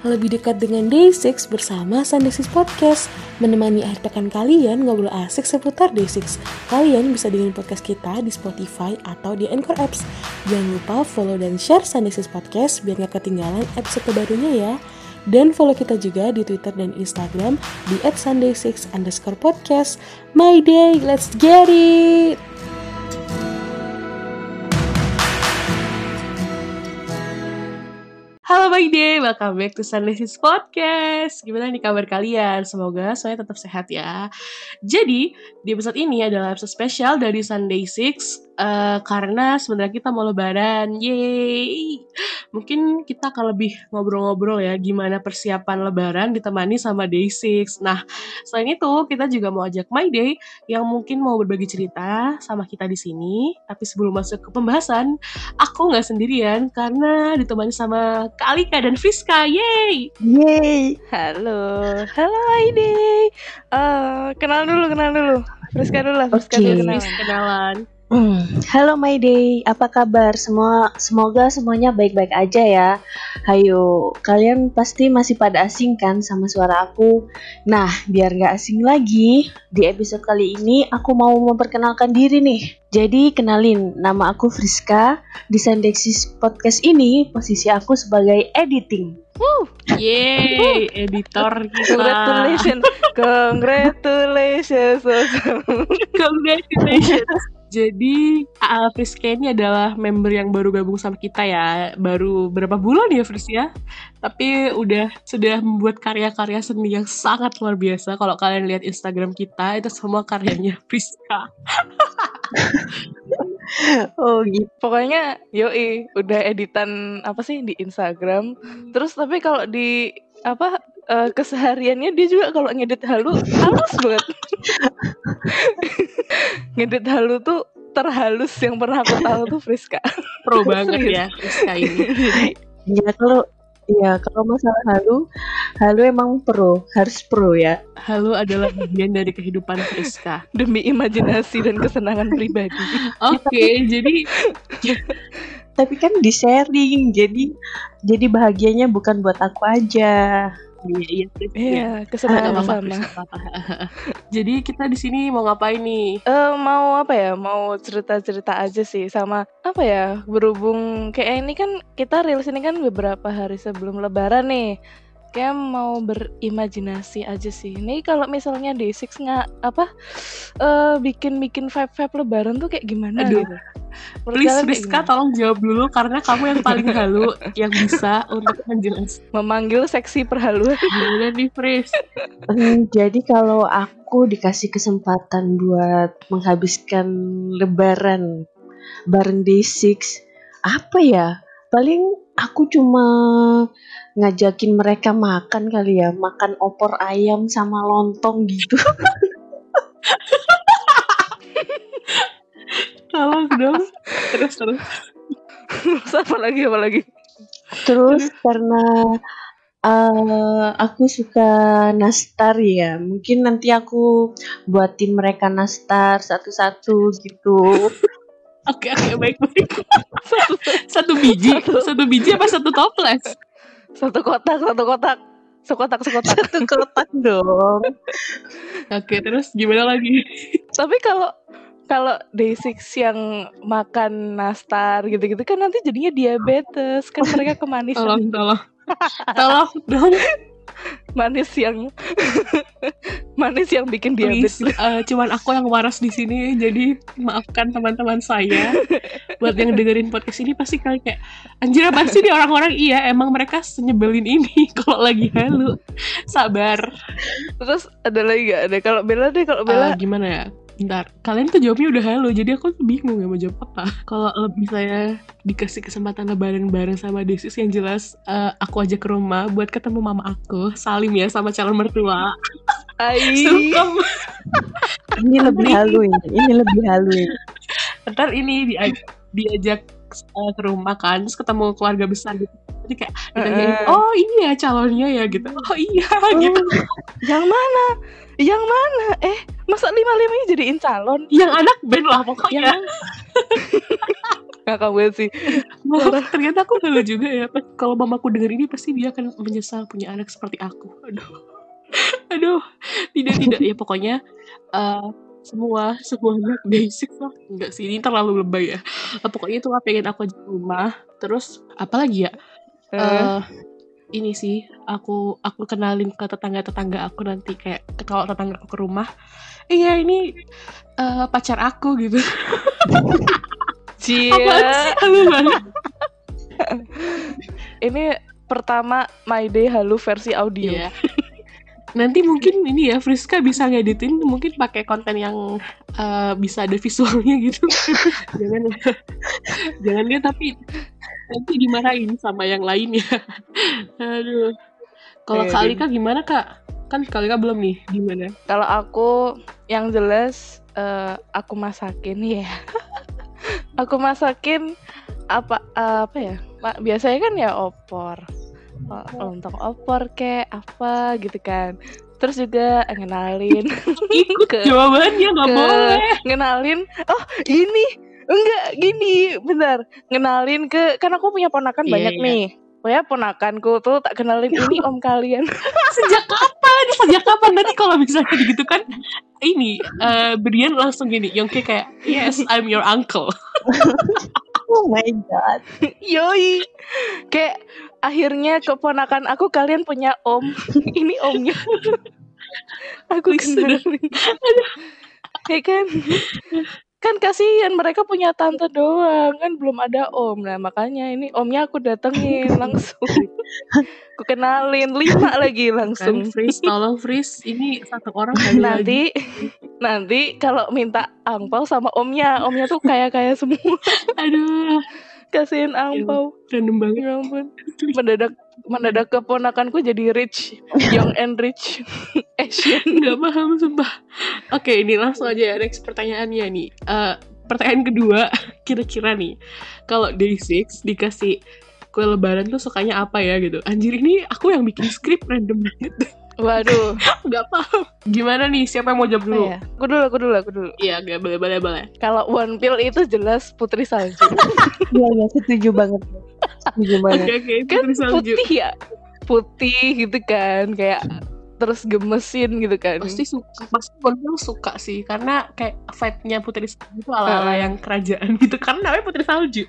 lebih dekat dengan Day6 bersama Sunday6 Podcast. Menemani akhir pekan kalian ngobrol asik seputar Day6. Kalian bisa dengerin podcast kita di Spotify atau di Anchor Apps. Jangan lupa follow dan share Sunday6 Podcast biar gak ketinggalan episode terbarunya ya. Dan follow kita juga di Twitter dan Instagram di @sunday6_podcast. My day, let's get it! Halo My Day, welcome back to Sunday6 Podcast. Gimana nih kabar kalian? Semoga semuanya tetap sehat ya. Jadi, di episode ini adalah episode spesial dari Sunday6 karena sebenarnya kita mau lebaran. Yeay! Mungkin kita akan lebih ngobrol-ngobrol ya gimana persiapan lebaran ditemani sama Day6. Nah, selain itu kita juga mau ajak My Day yang mungkin mau berbagi cerita sama kita di sini. Tapi sebelum masuk ke pembahasan, aku nggak sendirian karena ditemani sama Kak Alika dan Friska. Yeay! Yeay! Halo Aide. Kenalan dulu. Friska dulu lah. Kenalan. Halo My Day, apa kabar? Semoga semuanya baik-baik aja ya. Hayo, kalian pasti masih pada asing kan sama suara aku. Nah, biar gak asing lagi, di episode kali ini aku mau memperkenalkan diri nih. Jadi kenalin, nama aku Friska. Di Sunday6 Podcast ini, posisi aku sebagai editing. Yeay, editor kita. Congratulations. Jadi Friska ini adalah member yang baru gabung sama kita ya. Baru berapa bulan ya Fris ya. Tapi sudah membuat karya-karya seni yang sangat luar biasa. Kalau kalian lihat Instagram kita, itu semua karyanya Friska. Oh gitu. Pokoknya udah editan di Instagram. Terus tapi kalau di kesehariannya dia juga kalau ngedit halus banget. Ngedit halu tuh terhalus yang pernah aku tahu tuh Friska. Pro banget ya Friska ini. Kalau masalah halu emang harus pro ya. Halu adalah bagian dari kehidupan Friska. Demi imajinasi dan kesenangan pribadi. Oke, jadi tapi kan di sharing, jadi bahagianya bukan buat aku aja. Iya, kesenangan sama. Jadi kita di sini mau ngapain nih? Mau cerita-cerita aja sih sama berhubung kayak ini kan kita rilis ini kan beberapa hari sebelum Lebaran nih. Kayak mau berimajinasi aja sih. Ini kalau misalnya Day6 bikin vibe Lebaran tuh kayak gimana? Aduh. Gitu. Please Friska tolong jawab dulu karena kamu yang paling halu yang bisa untuk menjelaskan. Memanggil seksi perhaluan. Gimana nih Fris? Jadi kalau aku dikasih kesempatan buat menghabiskan Lebaran bareng Day6, paling aku cuma ngajakin mereka makan kali ya, makan opor ayam sama lontong gitu. Tolong dong. Terus. apa lagi? Terus karena aku suka nastar ya, mungkin nanti aku buatin mereka nastar satu-satu gitu. Oke, baik. Satu biji apa satu toples? Satu kotak. Sekotak dong. Oke, terus gimana lagi? Tapi kalau Day6 yang makan nastar gitu-gitu kan nanti jadinya diabetes, kan mereka kemanisan. Tolong dong. Manis yang bikin diabetes. Cuman aku yang waras di sini, jadi maafkan teman-teman saya. Buat yang dengerin podcast ini pasti kalian kayak anjir apa sih nih orang-orang. Iya, emang mereka senyebelin ini kalau lagi halu. Sabar. Terus ada lagi gak? Ada kalau Bella gimana ya? Bentar, kalian tuh jawabnya udah halu, jadi aku tuh bingung ya mau jawab apa. Kalau lebih saya dikasih kesempatan lebaran bareng sama Day6, yang jelas aku ajak ke rumah buat ketemu mama aku, Salim ya, sama calon mertua. Sungkem. Ini lebih halu ini. Ntar ini diajak ke rumah kan, terus ketemu keluarga besar gitu. Jadi kayak ditanyain, oh ini ya calonnya ya gitu. Oh iya gitu. Yang mana? Masa 5-5 jadiin calon? Yang anak band lah pokoknya. Kakak gue sih. Maaf, ternyata aku halu juga ya. Kalau mamaku denger ini pasti dia akan menyesal punya anak seperti aku. Aduh, tidak ya pokoknya semua anak basic lah. Enggak sih, ini terlalu lebay ya. Pokoknya itu lah pengen aku ajak ke rumah. Terus apa lagi ya? Ini sih aku kenalin ke tetangga aku nanti kayak kalau tetangga aku ke rumah. Iya ini pacar aku gitu. Apaan sih? Halu banget. Ini pertama My Day halu versi audio. Iya. Nanti mungkin ini ya Friska bisa ngeditin mungkin pakai konten yang bisa ada visualnya gitu. Jangan dia tapi nanti dimarahin sama yang lainnya. Aduh. Kalau Kak Alika gimana Kak? Kan Kak Alika belum nih, gimana? Kalau aku yang jelas aku masakin ya. Aku masakin apa ya? Biasanya kan ya opor. Lontong opor kayak apa gitu kan. Terus juga ngenalin ikut jawabannya nggak boleh. Ngenalin, oh ini enggak gini, bentar. Ngenalin ke, kan aku punya ponakan banyak nih. Ya ponakanku tuh tak kenalin ini om kalian. Sejak kapan nanti kalau misalnya gitu kan ini Brian langsung gini Yongki kayak yes I'm your uncle. Oh my god. Yoi. Kayak akhirnya keponakan aku kalian punya om. Ini omnya. Aku kenalin. Ya kan kasihan mereka punya tante doang kan belum ada om. Nah makanya ini omnya aku datengin langsung. Aku kenalin 5 lagi langsung. Freeze, tolong Freeze. Ini satu orang nanti kalau minta angpau sama omnya tuh kaya semua. Aduh, kasihin angpau. Random banget. Ya ampun. Mendadak keponakanku jadi rich, young and rich Asian. Gak paham sumpah. Oke, ini langsung aja next pertanyaannya nih. Pertanyaan kedua, kira-kira nih, kalau Day 6 dikasih kue lebaran tuh sukanya apa ya gitu. Anjir, ini aku yang bikin skrip random banget. Waduh, gak paham. Gimana nih, siapa yang mau jawab dulu? Aku dulu. Iya, gak boleh. Kalau One Pill itu jelas Putri Salju. Iya, setuju banget. Oke, kan putih ya, putih gitu kan, kayak terus gemesin gitu kan. Pasti One Pill suka sih, karena kayak vibe-nya Putri Salju itu ala-ala yang kerajaan gitu, karena namanya Putri Salju.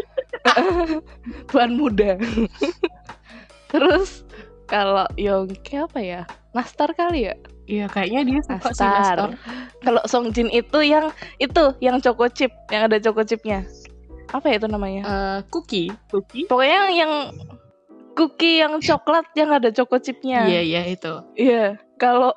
Tuan muda. Terus kalau Yongki apa ya? Nastar kali ya? Iya, kayaknya dia suka sih Nastar. Kalau Songjin itu yang choco chip, yang ada choco chipnya. Apa ya itu namanya? Cookie. Pokoknya yang cookie yang coklat yang ada choco chipnya. Iya itu. Iya. Kalau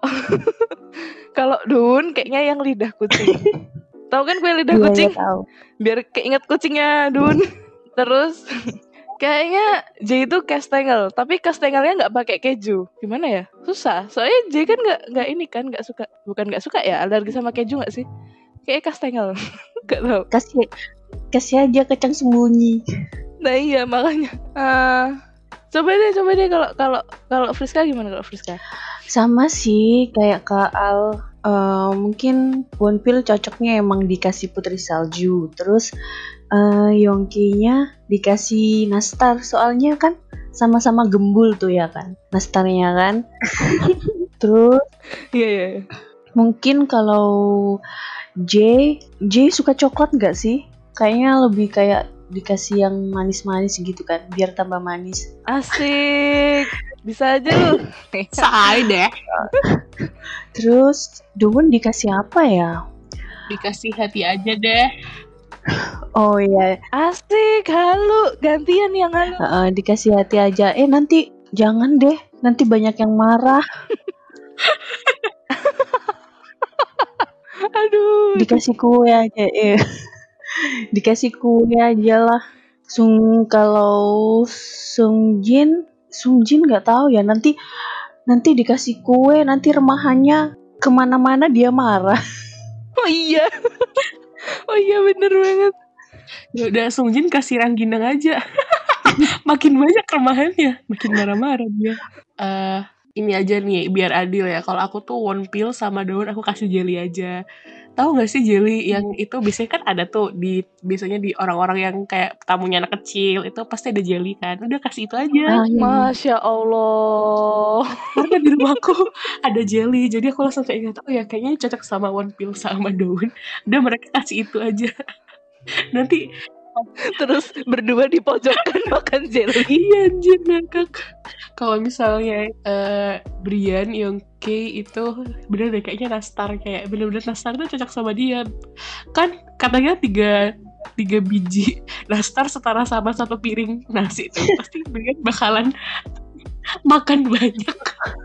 Dun kayaknya yang lidah kucing. Tahu kan kue lidah kucing? Tahu. Biar keinget kucingnya Dun. Terus kayaknya J itu kastengel, tapi kastengelnya nggak pakai keju. Gimana ya? Susah. Soalnya J kan nggak ini kan nggak suka. Bukan nggak suka ya, alergi sama keju nggak sih? Kayak kastengel. Nggak tahu. Kasih aja kacang sembunyi. Nah iya makanya. Coba deh kalau Friska gimana kalau Friska? Sama sih kayak Kak Al. Mungkin One Pill cocoknya emang dikasih Putri Salju. Terus Yongkinya dikasih Nastar, soalnya kan sama-sama gembul tuh ya kan Nastarnya kan. Terus iya. Mungkin kalau J suka coklat nggak sih? Kayaknya lebih kayak dikasih yang manis-manis gitu kan, biar tambah manis. Asik, bisa aja lu. Say deh. Terus Dun dikasih apa ya? Dikasih hati aja deh. Oh iya. Asik, halu, gantian yang halu. Dikasih hati aja. Nanti jangan deh, nanti banyak yang marah. Aduh. Dikasih kue aja. Dikasih kue aja lah. Kalau Sungjin nggak tahu ya, nanti dikasih kue, nanti remahannya kemana-mana dia marah. Oh iya bener banget. Ya udah Sungjin kasih rangginang aja. Makin banyak remahannya, makin marah-marah dia. Ini aja nih biar adil ya. Kalau aku tuh One Pill sama Daun aku kasih jelly aja. Tahu gak sih jelly yang itu biasanya kan ada tuh biasanya di orang-orang yang kayak tamunya anak kecil itu pasti ada jelly kan. Udah kasih itu aja. Masya Allah. Karena di rumahku ada jelly, jadi aku langsung kayak ingat, oh ya kayaknya cocok sama one pill sama daun. Udah mereka kasih itu aja. Nanti Terus berdua di pojokan makan jelly. iya anjir ngakak. Kalau misalnya Brian Yongki itu bener deh kayaknya nastar, kayak bener-bener nastar tuh cocok sama dia. Kan katanya 3 biji nastar setara sama 1 piring nasi tuh. Pasti Brian bakalan makan banyak.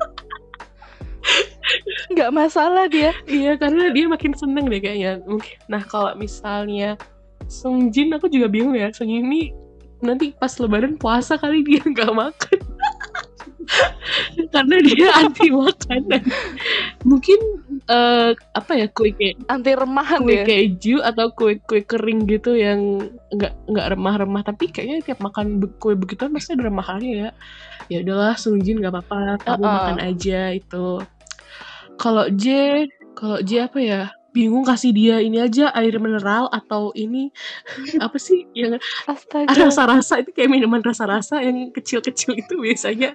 Nggak masalah dia. Iya, karena dia makin seneng deh kayaknya. Mungkin. Nah, kalau misalnya Sungjin, aku juga bingung ya. Sungjin ini nanti pas lebaran puasa kali dia nggak makan. Karena dia anti makanan. Mungkin apa ya, kue Anti remahan kue dia. keju atau kue kering gitu yang nggak remah-remah, tapi kayaknya tiap makan kue begituan pasti ada remahannya ya. Ya udahlah Sungjin nggak apa-apa, kamu makan aja itu. Kalau J apa ya? Bingung kasih dia ini aja air mineral atau ini apa sih yang Astaga. rasa-rasa itu kayak minuman rasa-rasa yang kecil-kecil itu biasanya.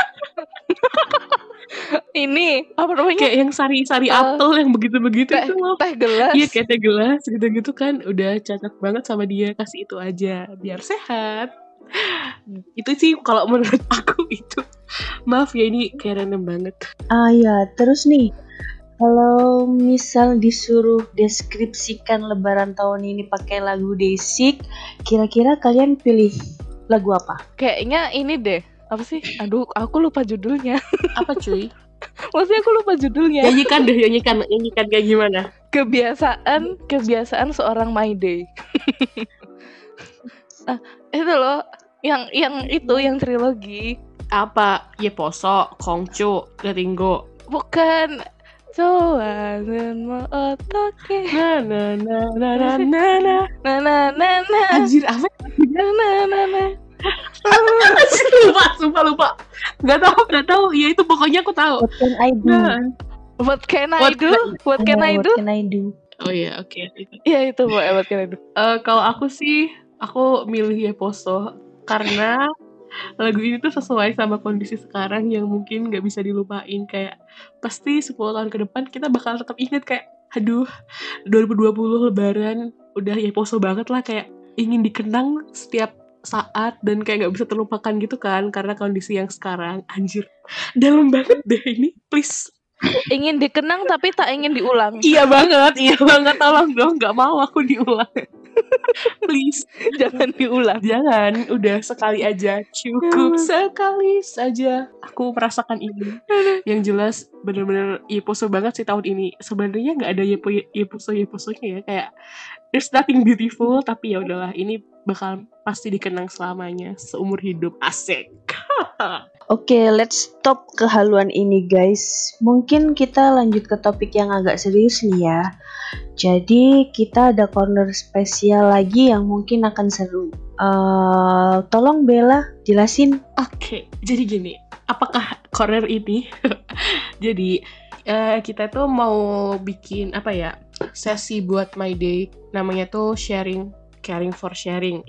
Ini apa namanya? Kayak yang sari-sari apel yang begitu-begitu itu loh. Teh gelas. Iya kayak teh gelas gitu-gitu kan udah cocok banget sama dia, kasih itu aja biar sehat. Itu sih kalau menurut aku itu. Maaf ya ini kayak random banget. Ya, terus nih, kalau misal disuruh deskripsikan lebaran tahun ini pakai lagu Day6, kira-kira kalian pilih lagu apa? Kayaknya ini deh. Apa sih? Aduh, aku lupa judulnya. Apa cuy? Maksudnya aku lupa judulnya. Nyanyikan kayak gimana? Kebiasaan seorang My Day. Itu loh, yang trilogi. Apa? Yeposo, Kongcu, Ringo. Bukan. Soalan mau otoke. Na na na na na na na. Na na na na. Anjir apa? Na na na na. lupa. Gak tahu. Ya itu pokoknya aku tahu. What can I do? What can I do? What can I do? What can I do? Oh iya, oke. Iya itu What can I do? Kalau aku sih, aku milih Yeposo karena lagu ini tuh sesuai sama kondisi sekarang yang mungkin gak bisa dilupain. Kayak pasti 10 tahun ke depan kita bakal tetap ingat kayak aduh 2020 lebaran udah Yeposo banget lah, kayak ingin dikenang setiap saat dan kayak gak bisa terlupakan gitu kan karena kondisi yang sekarang. Anjir dalam banget deh ini, please. Ingin dikenang tapi tak ingin diulang. Iya banget tolong dong, gak mau aku diulang. Please Jangan diulang. Jangan, udah sekali aja, cukup sekali saja aku merasakan ini. Yang jelas bener-bener Yeposo banget sih tahun ini. Sebenarnya nggak ada Yeposonya ya, kayak there's nothing beautiful, tapi ya udahlah, ini bakal pasti dikenang selamanya seumur hidup. Asik. Oke, let's stop kehaluan ini guys. Mungkin kita lanjut ke topik yang agak serius nih ya. Jadi kita ada corner spesial lagi yang mungkin akan seru. Tolong Bella jelasin. Oke, jadi gini, apakah corner ini? Jadi kita tuh mau bikin apa ya, sesi buat My Day, namanya tuh caring for sharing.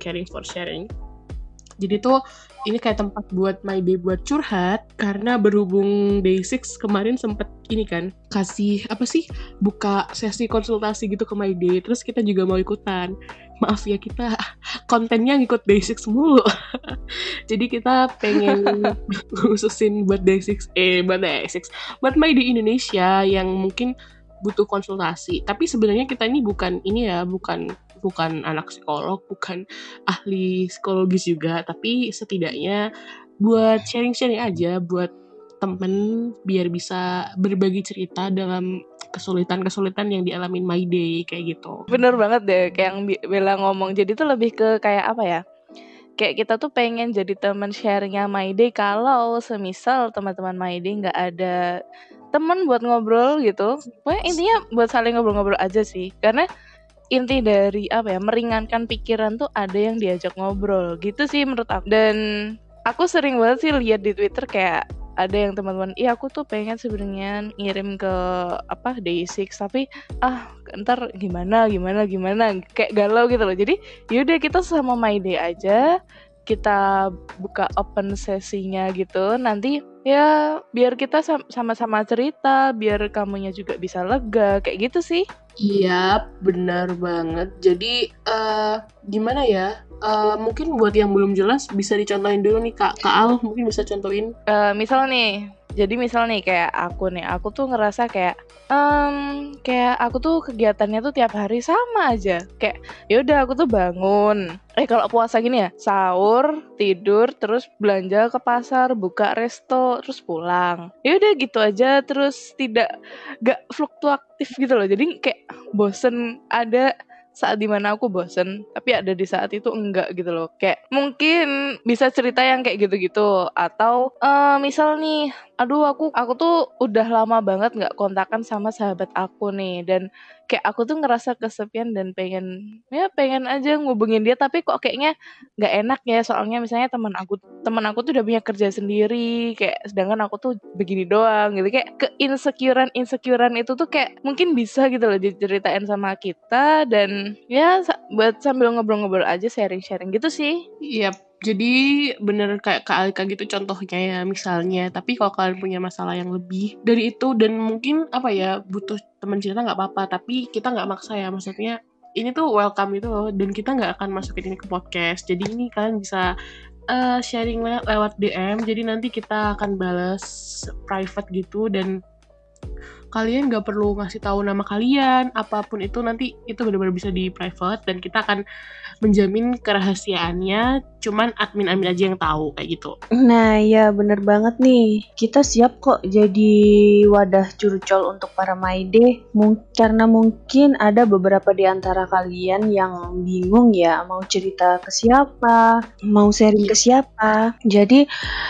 Jadi tuh ini kayak tempat buat My Day buat curhat, karena berhubung Day6 kemarin sempet ini kan kasih apa sih, buka sesi konsultasi gitu ke My Day, terus kita juga mau ikutan. Maaf ya, kita kontennya ngikut Day6 mulu. Jadi kita pengen khususin buat Day6 buat My Day Indonesia yang mungkin butuh konsultasi. Tapi sebenarnya kita ini bukan anak psikolog, bukan ahli psikologis juga, tapi setidaknya buat sharing-sharing aja buat temen, biar bisa berbagi cerita dalam kesulitan-kesulitan yang dialamin My Day kayak gitu. Bener banget deh kayak yang Bella ngomong. Jadi tuh lebih ke kayak apa ya, kayak kita tuh pengen jadi teman sharingnya My Day kalau semisal teman-teman My Day nggak ada teman buat ngobrol gitu. Pokoknya intinya buat saling ngobrol-ngobrol aja sih, karena inti dari apa ya, meringankan pikiran tuh ada yang diajak ngobrol gitu sih menurut aku. Dan aku sering banget sih lihat di Twitter kayak ada yang teman-teman, iya aku tuh pengen sebenarnya ngirim ke Day6 tapi ntar gimana kayak galau gitu loh. Jadi yaudah kita sama My Day aja, kita buka open sesinya gitu, nanti ya biar kita sama-sama cerita, biar kamunya juga bisa lega, kayak gitu sih. Iya, benar banget. Jadi gimana ya? Mungkin buat yang belum jelas bisa dicontohin dulu nih Kak Al, mungkin bisa contohin. Misal nih kayak aku tuh ngerasa kayak aku tuh kegiatannya tuh tiap hari sama aja. Kayak yaudah aku tuh bangun, kalau puasa gini ya, sahur, tidur, terus belanja ke pasar, buka resto, terus pulang. Yaudah gitu aja, terus gak fluktuatif gitu loh. Jadi kayak bosen, ada saat dimana aku bosen, tapi ada di saat itu enggak gitu loh. Kayak mungkin bisa cerita yang kayak gitu-gitu. Atau misal nih, aduh aku tuh udah lama banget gak kontakan sama sahabat aku nih, dan kayak aku tuh ngerasa kesepian dan pengen aja ngubungin dia, tapi kok kayaknya gak enak ya, soalnya misalnya teman aku tuh udah punya kerja sendiri, kayak sedangkan aku tuh begini doang gitu. Kayak insecurean itu tuh kayak mungkin bisa gitu loh diceritain sama kita, dan ya buat sambil ngobrol-ngobrol aja, sharing-sharing gitu sih. Iya, jadi bener kayak Kak Alika gitu contohnya ya misalnya. Tapi kalau kalian punya masalah yang lebih dari itu dan mungkin butuh teman cerita nggak apa-apa. Tapi kita nggak maksa ya, maksudnya ini tuh welcome gitu loh. Dan kita nggak akan masukin ini ke podcast. Jadi ini kalian bisa sharing lewat DM. Jadi nanti kita akan balas private gitu, dan kalian gak perlu ngasih tahu nama kalian, apapun itu nanti itu benar-benar bisa di private, dan kita akan menjamin kerahasiaannya, cuman admin aja yang tahu, kayak gitu. Nah ya bener banget nih, kita siap kok jadi wadah curcol untuk para Maide, karena mungkin ada beberapa di antara kalian yang bingung ya mau cerita ke siapa, mau sharing ke siapa. Jadi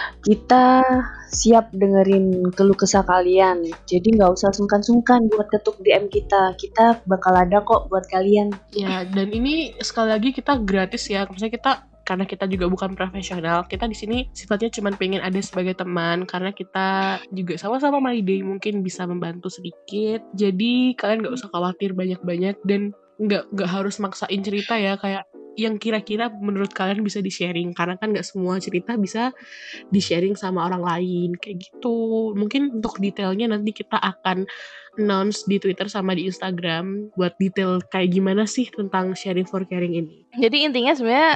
kita siap dengerin keluh kesah kalian, jadi nggak usah sungkan-sungkan buat ketuk DM kita bakal ada kok buat kalian. Ya, dan ini sekali lagi kita gratis ya, maksudnya karena kita juga bukan profesional, kita di sini sifatnya cuma pengen ada sebagai teman, karena kita juga sama-sama My Day mungkin bisa membantu sedikit. Jadi kalian nggak usah khawatir banyak-banyak, dan nggak harus maksain cerita ya, kayak yang kira-kira menurut kalian bisa di-sharing, karena kan nggak semua cerita bisa di-sharing sama orang lain, kayak gitu. Mungkin untuk detailnya nanti kita akan announce di Twitter sama di Instagram buat detail kayak gimana sih tentang sharing for caring ini. Jadi intinya sebenarnya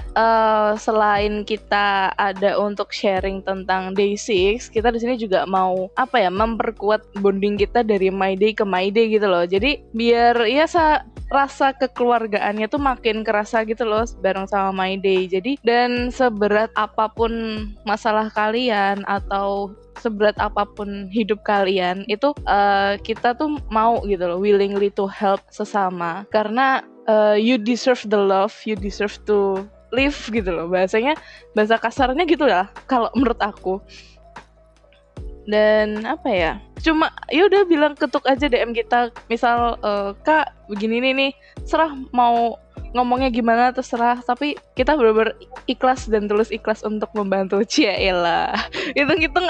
selain kita ada untuk sharing tentang Day6, kita di sini juga mau memperkuat bonding kita dari My Day ke My Day gitu loh. Jadi biar ya rasa kekeluargaannya tuh makin kerasa gitu loh bareng sama My Day. Jadi dan seberat apapun masalah kalian atau seberat apapun hidup kalian itu kita tuh mau gitu loh, willingly to help sesama, karena you deserve the love, you deserve to live gitu loh, bahasa kasarnya gitu lah kalau menurut aku. Dan cuma ya udah bilang, ketuk aja DM kita, misal Kak begini nih, serah mau ngomongnya gimana terserah, tapi kita benar-benar ikhlas dan tulus ikhlas untuk membantu. Ciaelah, hitung-hitung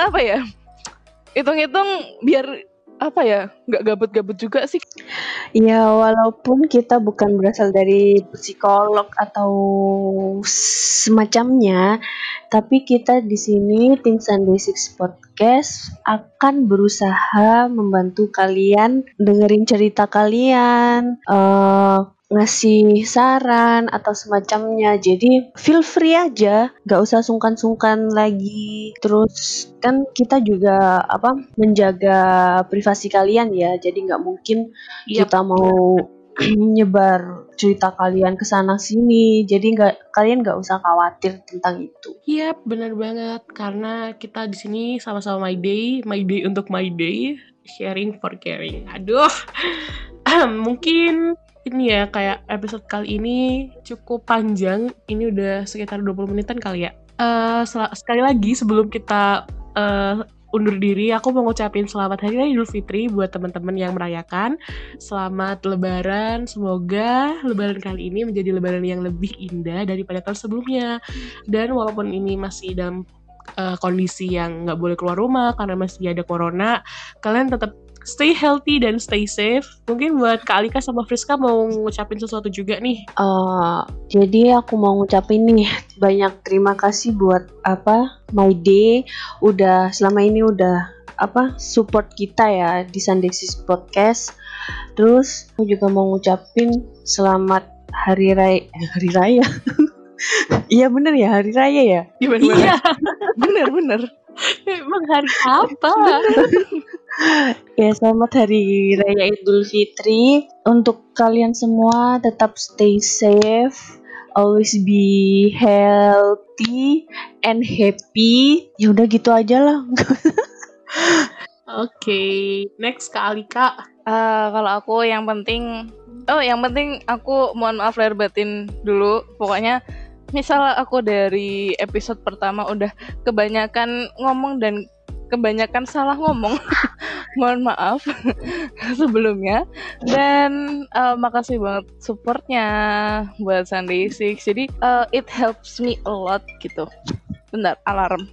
biar nggak gabut-gabut juga sih. Ya walaupun kita bukan berasal dari psikolog atau semacamnya, tapi kita di sini tim Sunday6 Podcast akan berusaha membantu kalian dengerin cerita kalian, ngasih saran atau semacamnya. Jadi feel free aja, gak usah sungkan-sungkan lagi. Terus kan kita juga menjaga privasi kalian ya, jadi gak mungkin kita mau nyebar cerita kalian ke sana sini. Jadi kalian gak usah khawatir tentang itu. Iya, benar banget, karena kita di sini sama-sama My Day untuk My Day, sharing for caring. Aduh, mungkin ini ya, kayak episode kali ini cukup panjang. Ini udah sekitar 20 menitan kali ya. Sekali lagi sebelum kita undur diri, aku mau ngucapin selamat Hari Raya Idul Fitri buat teman-teman yang merayakan. Selamat Lebaran, semoga Lebaran kali ini menjadi Lebaran yang lebih indah daripada tahun sebelumnya. Dan walaupun ini masih dalam kondisi yang nggak boleh keluar rumah karena masih ada corona, kalian tetap stay healthy dan stay safe. Mungkin buat Kak Alika sama Friska mau ngucapin sesuatu juga nih. Jadi aku mau ngucapin nih banyak terima kasih buat My Day udah selama ini udah support kita ya di Sunday Six Podcast. Terus aku juga mau ngucapin selamat hari raya. Iya bener ya, hari raya ya. Iya. Bener. Emang hari apa? Ya selamat hari raya Idul Fitri. Untuk kalian semua tetap stay safe, always be healthy and happy. Ya udah gitu aja lah. Oke, next Kak Alika. Kalau aku yang penting aku mohon maaf lahir batin dulu. Pokoknya misal aku dari episode pertama udah kebanyakan ngomong dan kebanyakan salah ngomong. Mohon maaf sebelumnya. Dan makasih banget supportnya buat Sunday Six. Jadi it helps me a lot gitu. Bentar, alarm.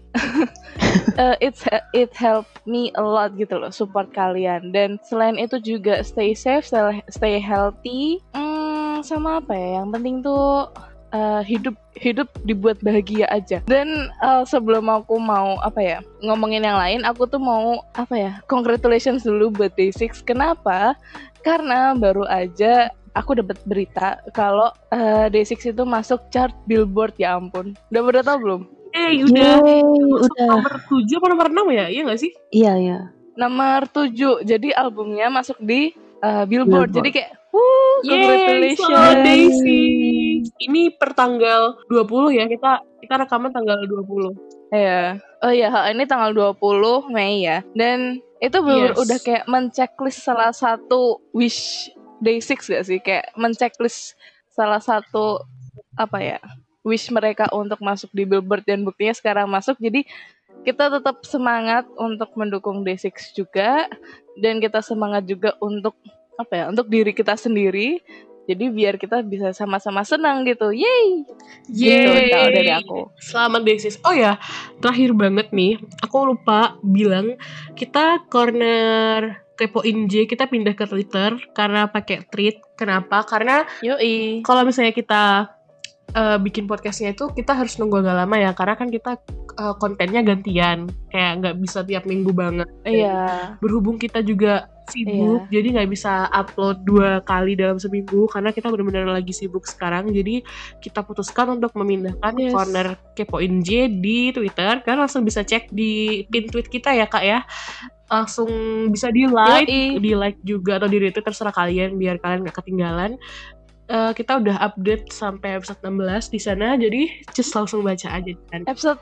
It help me a lot gitu loh, support kalian. Dan selain itu juga stay safe, stay healthy. Sama apa ya? Yang penting tuh hidup dibuat bahagia aja. Dan sebelum aku mau ngomongin yang lain, aku tuh mau congratulations dulu buat Day6. Kenapa? Karena baru aja aku dapat berita kalau Day6 itu masuk chart Billboard. Ya ampun, udah pada tahu belum? Udah. Nomor 7 apa nomor 6 ya? Iya gak sih? Iya. Nomor 7. Jadi albumnya masuk di Billboard. Jadi kayak congratulations Day6. Ini per tanggal 20 ya. Kita rekaman tanggal 20. Iya. Oh iya, ini tanggal 20 Mei ya. Dan itu udah kayak men-checklist salah satu wish Day6 gak sih? Kayak men-checklist salah satu wish mereka untuk masuk di Billboard, dan buktinya sekarang masuk. Jadi kita tetap semangat untuk mendukung Day6 juga, dan kita semangat juga untuk untuk diri kita sendiri. Jadi biar kita bisa sama-sama senang gitu. Yeay. Gitu kalau dari aku. Selamat Day6. Oh ya, terakhir banget nih, aku lupa bilang, kita corner Kepoin J kita pindah ke Twitter karena pakai tweet. Kenapa? Karena kalau misalnya kita bikin podcastnya itu kita harus nunggu agak lama ya, karena kan kita kontennya gantian, kayak nggak bisa tiap minggu banget. Iya. Berhubung kita juga sibuk, jadi nggak bisa upload 2 kali dalam seminggu karena kita benar-benar lagi sibuk sekarang. Jadi kita putuskan untuk memindahkan corner Kepoin J di Twitter. Kalian langsung bisa cek di pin tweet kita ya Kak ya. Langsung bisa di like juga atau di retweet, terserah kalian biar kalian nggak ketinggalan. Kita udah update sampai episode 16 di sana, jadi just langsung baca aja kan. Episode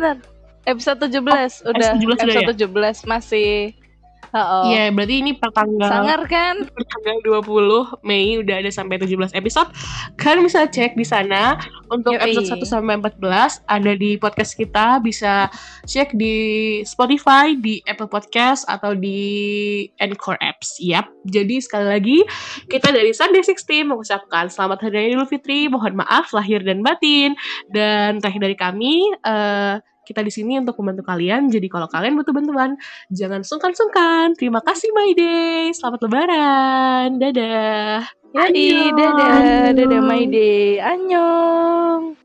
17 udah. Episode 17 masih. Iya, berarti ini per tanggal sangar kan? Per tanggal 20 Mei udah ada sampai 17 episode. Kalian bisa cek di sana. Untuk episode 1 sampai 14 ada di podcast kita, bisa cek di Spotify, di Apple Podcast atau di Anchor Apps. Jadi sekali lagi kita dari Sunday Six Team mengucapkan selamat Hari Raya Idul Fitri. Mohon maaf lahir dan batin. Dan terakhir dari kami, kita di sini untuk membantu kalian. Jadi kalau kalian butuh bantuan, jangan sungkan-sungkan. Terima kasih My Day. Selamat Lebaran. Dadah. Dadah My Day. Annyeong.